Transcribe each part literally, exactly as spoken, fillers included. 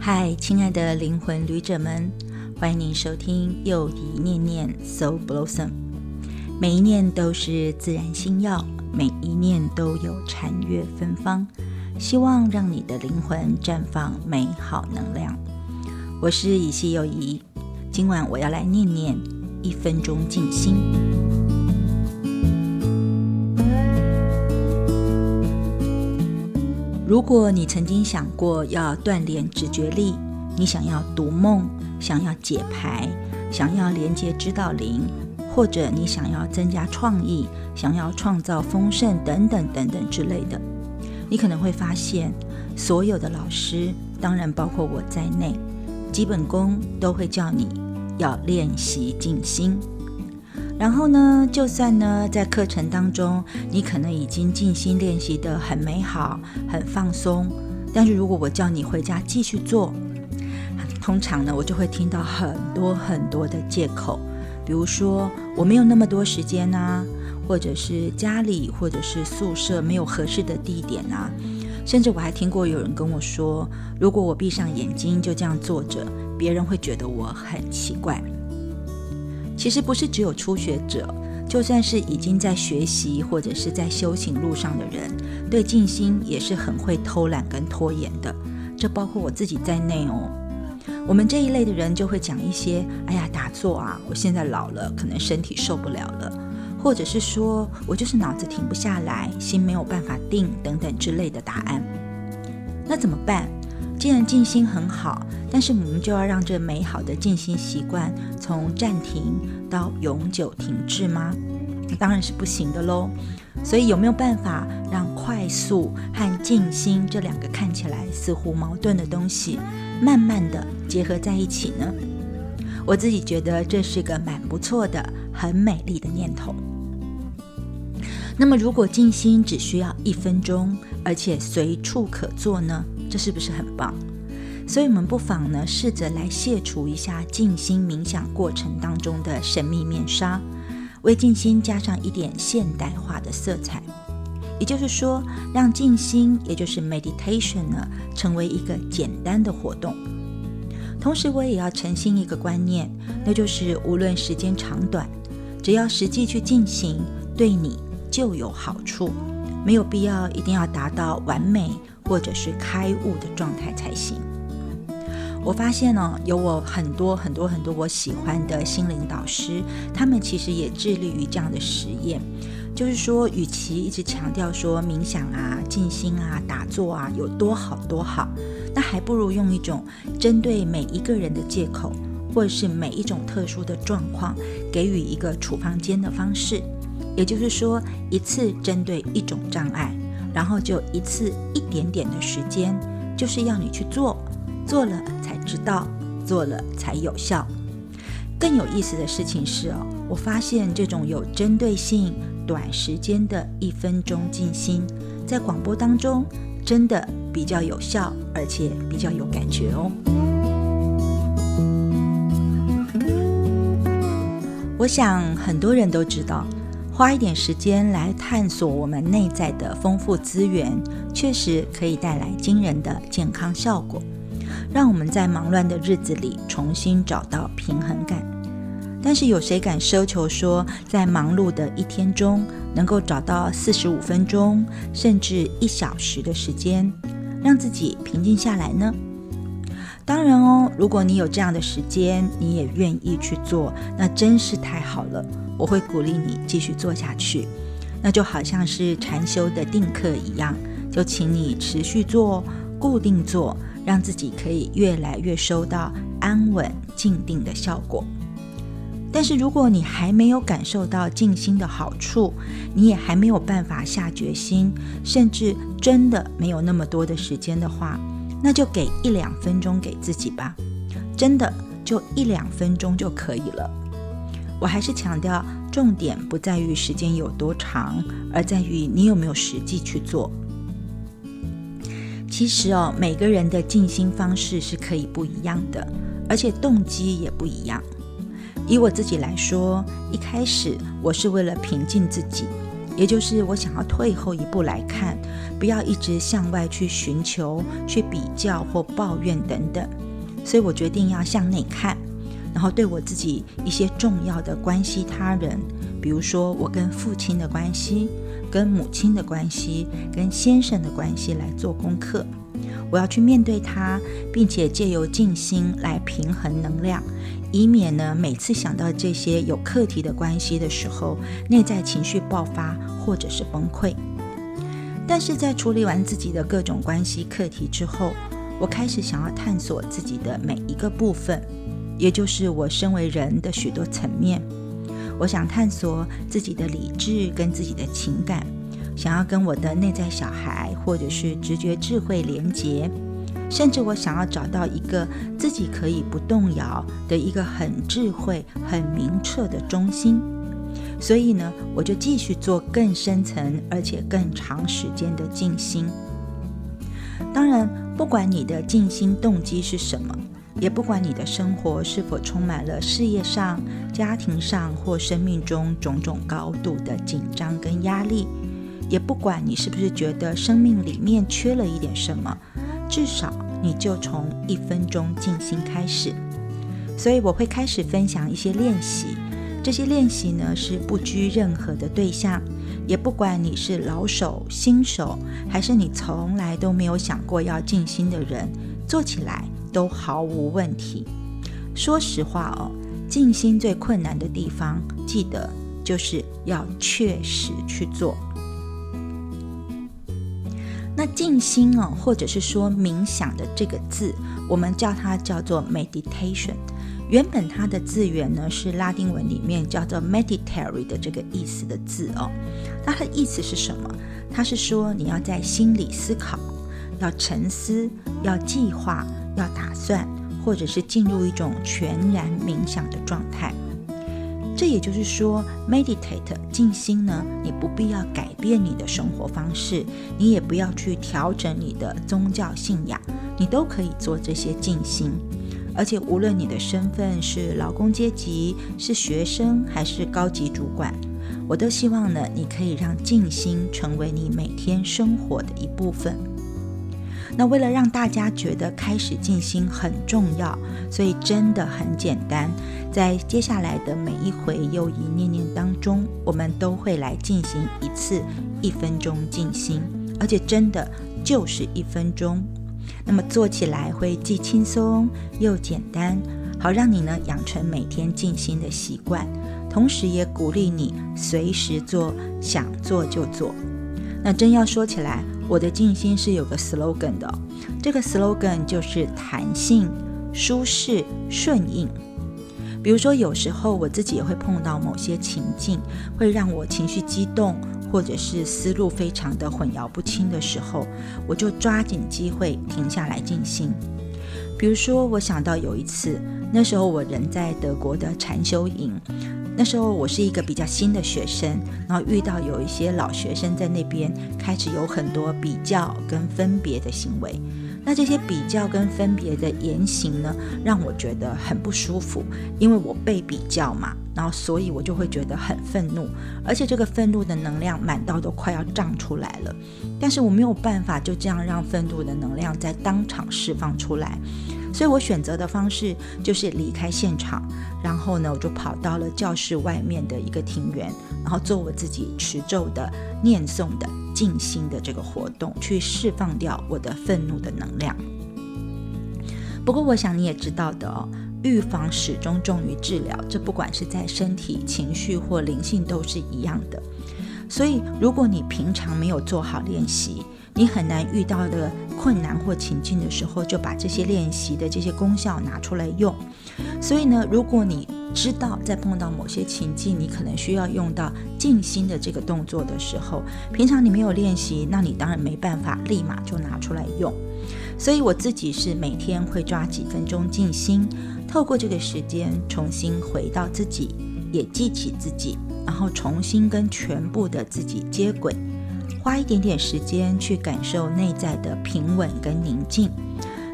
嗨，亲爱的灵魂旅者们，欢迎您收听又一念念 Soul Blossom。 每一念都是自然心药，每一念都有禅悦芬芳，希望让你的灵魂绽放美好能量。我是以西又一，今晚我要来念念一分钟静心。如果你曾经想过要锻炼直觉力，你想要读梦，想要解牌，想要连接指导灵，或者你想要增加创意，想要创造丰盛等等等等之类的，你可能会发现所有的老师，当然包括我在内，基本功都会叫你要练习静心。然后呢，就算呢在课程当中你可能已经静心练习得很美好很放松，但是如果我叫你回家继续做，通常呢我就会听到很多很多的借口，比如说我没有那么多时间啊，或者是家里或者是宿舍没有合适的地点啊，甚至我还听过有人跟我说，如果我闭上眼睛就这样坐着，别人会觉得我很奇怪。其实不是只有初学者，就算是已经在学习或者是在修行路上的人，对静心也是很会偷懒跟拖延的，这包括我自己在内哦。我们这一类的人就会讲一些，哎呀打坐啊，我现在老了，可能身体受不了了，或者是说我就是脑子停不下来，心没有办法定等等之类的答案。那怎么办？既然静心很好，但是我们就要让这美好的静心习惯从暂停到永久停滞吗？当然是不行的咯。所以有没有办法让快速和静心这两个看起来似乎矛盾的东西慢慢的结合在一起呢？我自己觉得这是个蛮不错的很美丽的念头。那么如果静心只需要一分钟，而且随处可做呢，这是不是很棒？所以我们不妨呢试着来卸除一下静心冥想过程当中的神秘面纱，为静心加上一点现代化的色彩。也就是说，让静心也就是 meditation 呢成为一个简单的活动。同时我也要澄清一个观念，那就是无论时间长短，只要实际去进行，对你就有好处，没有必要一定要达到完美或者是开悟的状态才行。我发现哦，有我很多很多很多我喜欢的心灵导师，他们其实也致力于这样的实验，就是说与其一直强调说冥想啊静心啊打坐啊有多好多好，那还不如用一种针对每一个人的借口，或者是每一种特殊的状况，给予一个处方间的方式。也就是说，一次针对一种障碍，然后就一次一点点的时间，就是要你去做，做了才知道，做了才有效。更有意思的事情是哦，我发现这种有针对性短时间的一分钟静心，在广播当中真的比较有效，而且比较有感觉哦。我想很多人都知道，花一点时间来探索我们内在的丰富资源，确实可以带来惊人的健康效果，让我们在忙乱的日子里重新找到平衡感。但是有谁敢奢求说，在忙碌的一天中能够找到四十五分钟甚至一小时的时间，让自己平静下来呢？当然哦，如果你有这样的时间，你也愿意去做，那真是太好了，我会鼓励你继续做下去。那就好像是禅修的定课一样，就请你持续做，固定做，让自己可以越来越收到安稳静定的效果。但是如果你还没有感受到静心的好处，你也还没有办法下决心，甚至真的没有那么多的时间的话，那就给一两分钟给自己吧，真的就一两分钟就可以了。我还是强调，重点不在于时间有多长，而在于你有没有实际去做。其实哦，每个人的静心方式是可以不一样的，而且动机也不一样。以我自己来说，一开始我是为了平静自己， 也就是我想要退后一步来看，不要一直向外去寻求、去比较或抱怨等等。所以我决定要向内看，然后对我自己一些重要的关系他人，比如说我跟父亲的关系、跟母亲的关系、跟先生的关系来做功课。我要去面对它，并且借由静心来平衡能量，以免呢每次想到这些有课题的关系的时候，内在情绪爆发或者是崩溃。但是在处理完自己的各种关系课题之后，我开始想要探索自己的每一个部分，也就是我身为人的许多层面。我想探索自己的理智跟自己的情感，想要跟我的内在小孩或者是直觉智慧连结，甚至我想要找到一个自己可以不动摇的一个很智慧很明澈的中心。所以呢，我就继续做更深层而且更长时间的静心。当然，不管你的静心动机是什么，也不管你的生活是否充满了事业上、家庭上或生命中种种高度的紧张跟压力，也不管你是不是觉得生命里面缺了一点什么，至少你就从一分钟静心开始。所以我会开始分享一些练习，这些练习呢是不拘任何的对象，也不管你是老手、新手，还是你从来都没有想过要静心的人，做起来都毫无问题。说实话哦，静心最困难的地方，记得就是要确实去做。那静心哦，或者是说冥想的这个字，我们叫它叫做 meditation。原本它的字源呢是拉丁文里面叫做 meditare 的这个意思的字哦。它的意思是什么？它是说你要在心里思考，要沉思，要计划，要打算，或者是进入一种全然冥想的状态。这也就是说 meditate 静心呢，你不必要改变你的生活方式，你也不要去调整你的宗教信仰，你都可以做这些静心。而且无论你的身份是劳工阶级、是学生还是高级主管，我都希望呢，你可以让静心成为你每天生活的一部分。那为了让大家觉得开始静心很重要，所以真的很简单，在接下来的每一回又一念念当中，我们都会来进行一次一分钟静心，而且真的就是一分钟。那么做起来会既轻松又简单，好让你呢养成每天静心的习惯，同时也鼓励你随时做，想做就做。那真要说起来，我的静心是有个 slogan 的哦，这个 slogan 就是弹性、舒适、顺应。比如说有时候我自己也会碰到某些情境，会让我情绪激动，或者是思路非常的混淆不清的时候，我就抓紧机会停下来静心。比如说我想到有一次，那时候我人在德国的禅修营，那时候我是一个比较新的学生，然后遇到有一些老学生在那边开始有很多比较跟分别的行为。那这些比较跟分别的言行呢，让我觉得很不舒服，因为我被比较嘛，然后所以我就会觉得很愤怒，而且这个愤怒的能量满到都快要胀出来了，但是我没有办法就这样让愤怒的能量在当场释放出来，所以我选择的方式就是离开现场，然后呢我就跑到了教室外面的一个庭园，然后做我自己持咒的念诵的静心的这个活动，去释放掉我的愤怒的能量。不过我想你也知道的哦，预防始终重于治疗，这不管是在身体、情绪或灵性都是一样的。所以如果你平常没有做好练习，你很难遇到的困难或情境的时候就把这些练习的这些功效拿出来用。所以呢，如果你知道在碰到某些情境你可能需要用到静心的这个动作的时候，平常你没有练习，那你当然没办法立马就拿出来用。所以我自己是每天会抓几分钟静心，透过这个时间重新回到自己，也记起自己，然后重新跟全部的自己接轨，花一点点时间去感受内在的平稳跟宁静。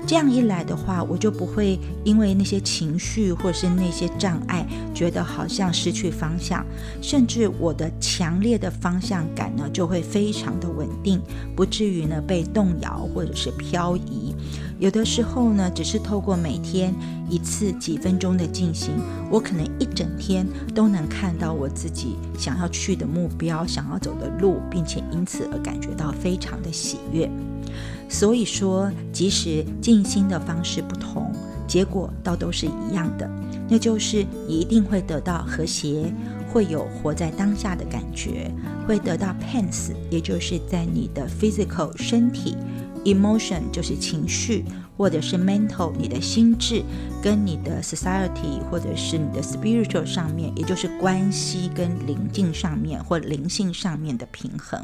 这样一来的话，我就不会因为那些情绪或是那些障碍觉得好像失去方向，甚至我的强烈的方向感呢就会非常的稳定，不至于呢被动摇或者是漂移。有的时候呢，只是透过每天一次几分钟的静心，我可能一整天都能看到我自己想要去的目标，想要走的路，并且因此而感觉到非常的喜悦。所以说，即使静心的方式不同，结果倒都是一样的，那就是你一定会得到和谐，会有活在当下的感觉，会得到 pens， 也就是在你的 physical 身体， emotion 就是情绪，或者是 mental 你的心智，跟你的 society 或者是你的 spiritual 上面，也就是关系跟灵境上面或灵性上面的平衡。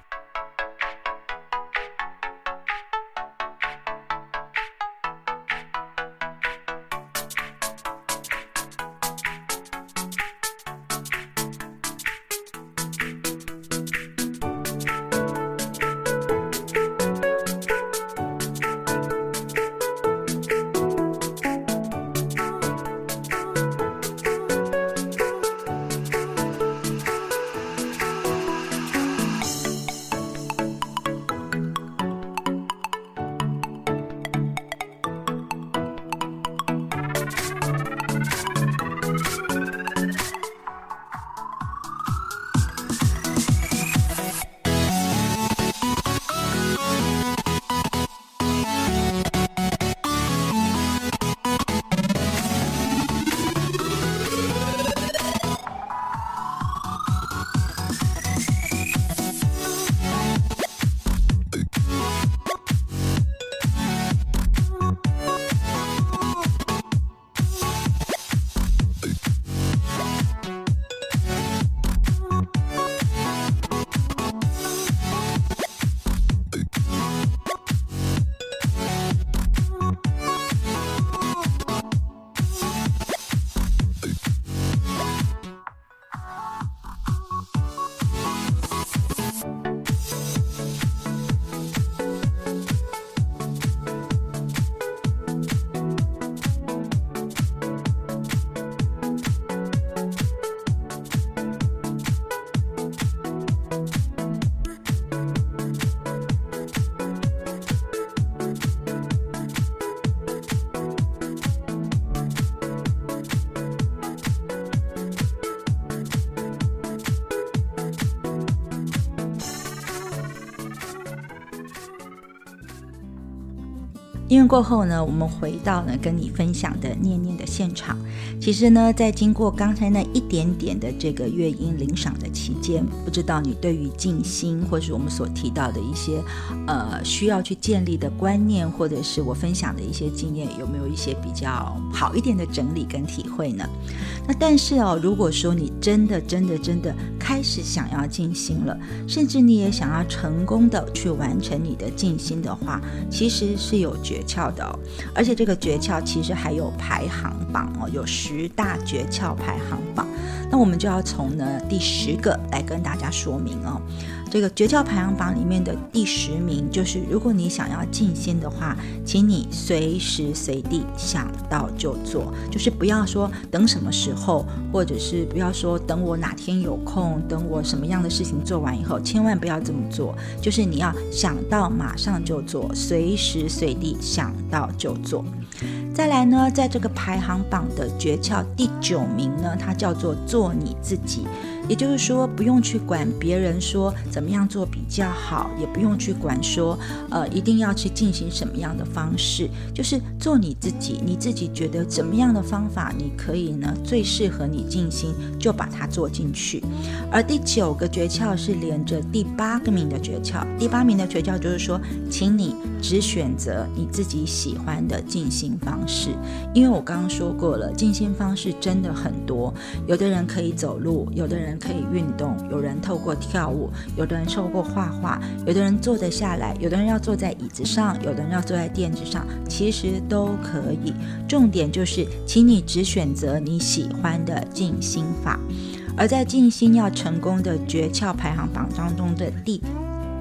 音乐过后呢，我们回到呢跟你分享的念念的现场。其实呢，在经过刚才那一点点的这个乐音领赏的期间，不知道你对于静心或是我们所提到的一些呃需要去建立的观念，或者是我分享的一些经验，有没有一些比较好一点的整理跟体会呢？那但是哦，如果说你真的真的真的开始想要静心了，甚至你也想要成功的去完成你的静心的话，其实是有诀窍的哦。而且这个诀窍其实还有排行榜哦，有十大诀窍排行榜。那我们就要从呢第十个来跟大家说明哦。这个诀窍排行榜里面的第十名就是，如果你想要静心的话，请你随时随地想到就做，就是不要说等什么时候，或者是不要说等我哪天有空，等我什么样的事情做完以后，千万不要这么做，就是你要想到马上就做，随时随地想到就做。再来呢，在这个排行榜的诀窍第九名呢，它叫做做你自己。也就是说，不用去管别人说怎么样做比较好，也不用去管说呃一定要去进行什么样的方式，就是做你自己，你自己觉得怎么样的方法你可以呢最适合你静心，就把它做进去。而第九个诀窍是连着第八个名的诀窍，第八名的诀窍就是说，请你只选择你自己喜欢的静心方式。因为我刚刚说过了，静心方式真的很多，有的人可以走路，有的人可以运动，有人透过跳舞，有的人透过画画，有的人坐得下来，有的人要坐在椅子上，有的人要坐在垫子上，其实都可以。重点就是请你只选择你喜欢的静心法。而在静心要成功的诀窍排行榜当中的第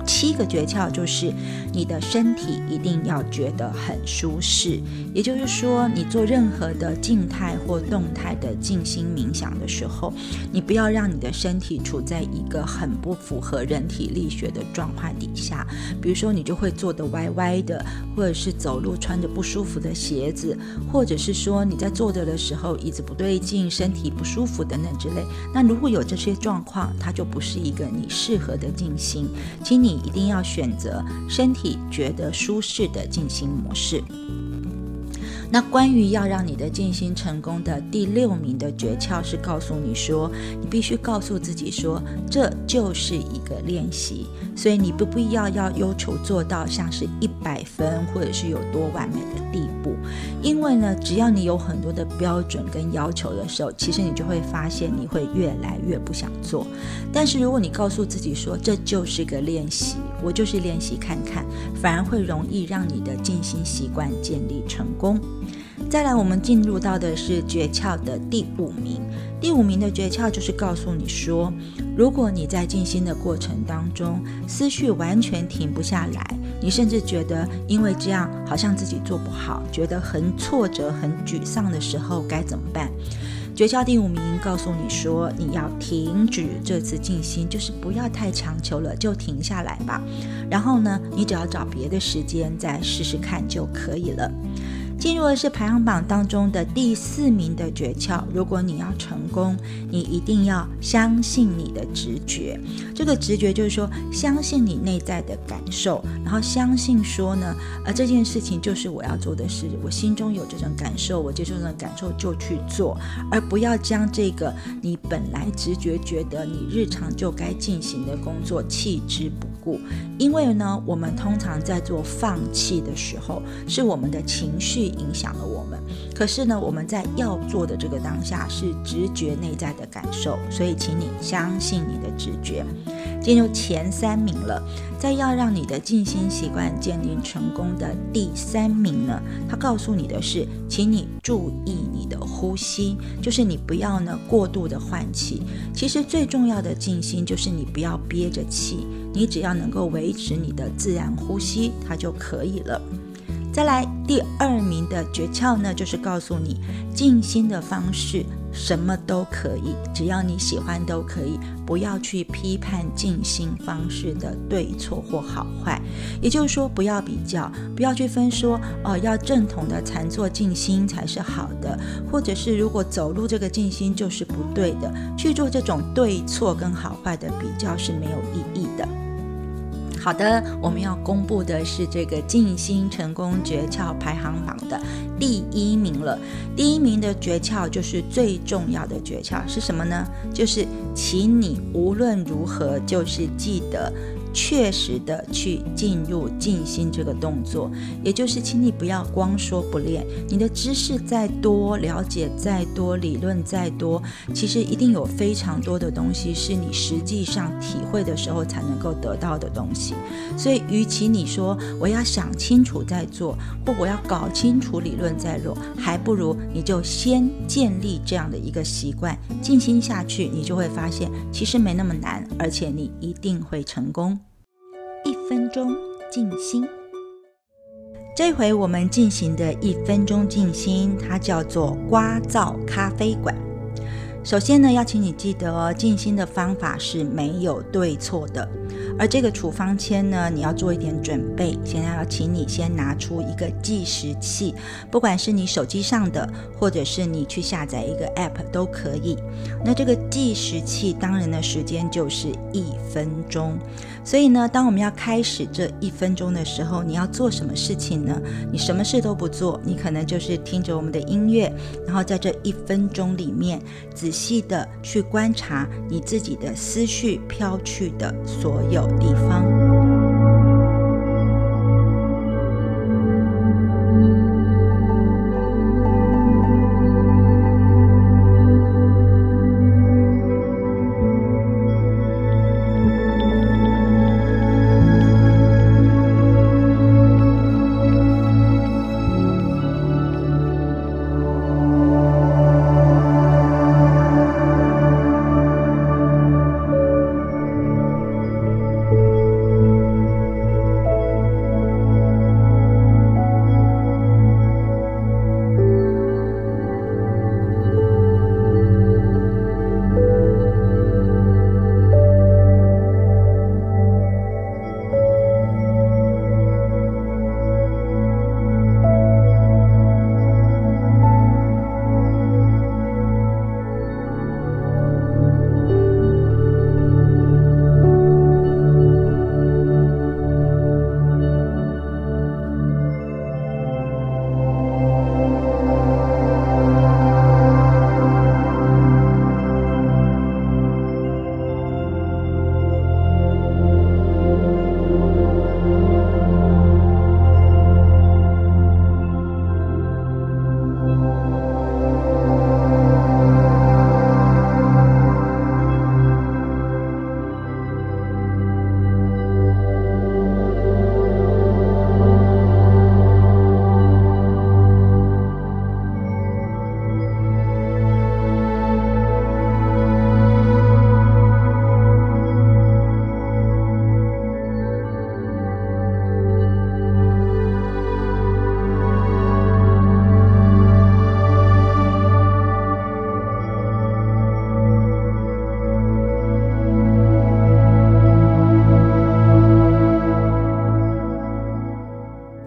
七个诀窍就是你的身体一定要觉得很舒适，也就是说你做任何的静态或动态的静心冥想的时候，你不要让你的身体处在一个很不符合人体力学的状况底下，比如说你就会坐得歪歪的，或者是走路穿着不舒服的鞋子，或者是说你在坐着的时候椅子不对劲，身体不舒服等等之类。那如果有这些状况，它就不是一个你适合的静心，请你一定要选择身体觉得舒适的静心模式。那关于要让你的静心成功的第六名的诀窍是告诉你说，你必须告诉自己说，这就是一个练习，所以你不必要要要求做到像是一百分或者是有多完美的地步，因为呢，只要你有很多的标准跟要求的时候，其实你就会发现你会越来越不想做。但是如果你告诉自己说，这就是个练习，我就是练习看看，反而会容易让你的静心习惯建立成功。再来，我们进入到的是诀窍的第五名。第五名的诀窍就是告诉你说，如果你在静心的过程当中，思绪完全停不下来，你甚至觉得因为这样好像自己做不好，觉得很挫折、很沮丧的时候该怎么办？诀窍第五名告诉你说，你要停止这次静心，就是不要太强求了，就停下来吧。然后呢，你只要找别的时间再试试看就可以了。进入的是排行榜当中的第四名的诀窍，如果你要成功，你一定要相信你的直觉。这个直觉就是说，相信你内在的感受，然后相信说呢，呃，这件事情就是我要做的事，我心中有这种感受，我接受这种感受就去做，而不要将这个你本来直觉觉得你日常就该进行的工作弃之不顾。因为呢，我们通常在做放弃的时候，是我们的情绪影响了我们，可是呢，我们在要做的这个当下是直觉内在的感受，所以请你相信你的直觉。进入前三名了，在要让你的静心习惯建立成功的第三名呢，它告诉你的是，请你注意你的呼吸，就是你不要呢过度的换气。其实最重要的静心就是你不要憋着气，你只要能够维持你的自然呼吸，它就可以了。再来第二名的诀窍呢，就是告诉你静心的方式什么都可以，只要你喜欢都可以，不要去批判静心方式的对错或好坏。也就是说，不要比较，不要去分说哦，要正统的禅坐静心才是好的，或者是如果走路这个静心就是不对的，去做这种对错跟好坏的比较是没有意义的。好的，我们要公布的是这个静心成功诀窍排行榜的第一名了。第一名的诀窍就是最重要的诀窍是什么呢？就是请你无论如何就是记得确实的去进入静心这个动作，也就是请你不要光说不练，你的知识再多，了解再多，理论再多，其实一定有非常多的东西是你实际上体会的时候才能够得到的东西。所以与其你说我要想清楚再做，或我要搞清楚理论再做，还不如你就先建立这样的一个习惯，静心下去，你就会发现其实没那么难，而且你一定会成功。一分钟静心，这回我们进行的一分钟静心，它叫做聒噪咖啡馆。首先呢，要请你记得哦，静心的方法是没有对错的，而这个处方签呢，你要做一点准备。现在要请你先拿出一个计时器，不管是你手机上的，或者是你去下载一个 app 都可以。那这个计时器当然的时间就是一分钟，所以呢，当我们要开始这一分钟的时候，你要做什么事情呢？你什么事都不做，你可能就是听着我们的音乐，然后在这一分钟里面仔细的去观察你自己的思绪飘去的所有地方。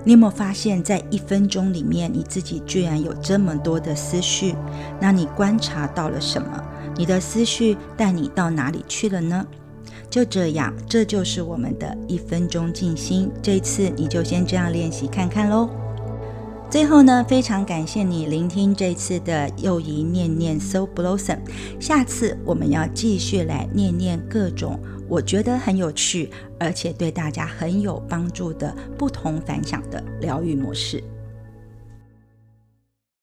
你有没有发现在一分钟里面你自己居然有这么多的思绪？那你观察到了什么？你的思绪带你到哪里去了呢？就这样，这就是我们的一分钟静心。这一次你就先这样练习看看咯。最后呢，非常感谢你聆听这次的又一念念 Soul Blossom。 下次我们要继续来念念各种我觉得很有趣而且对大家很有帮助的不同凡响的疗愈模式。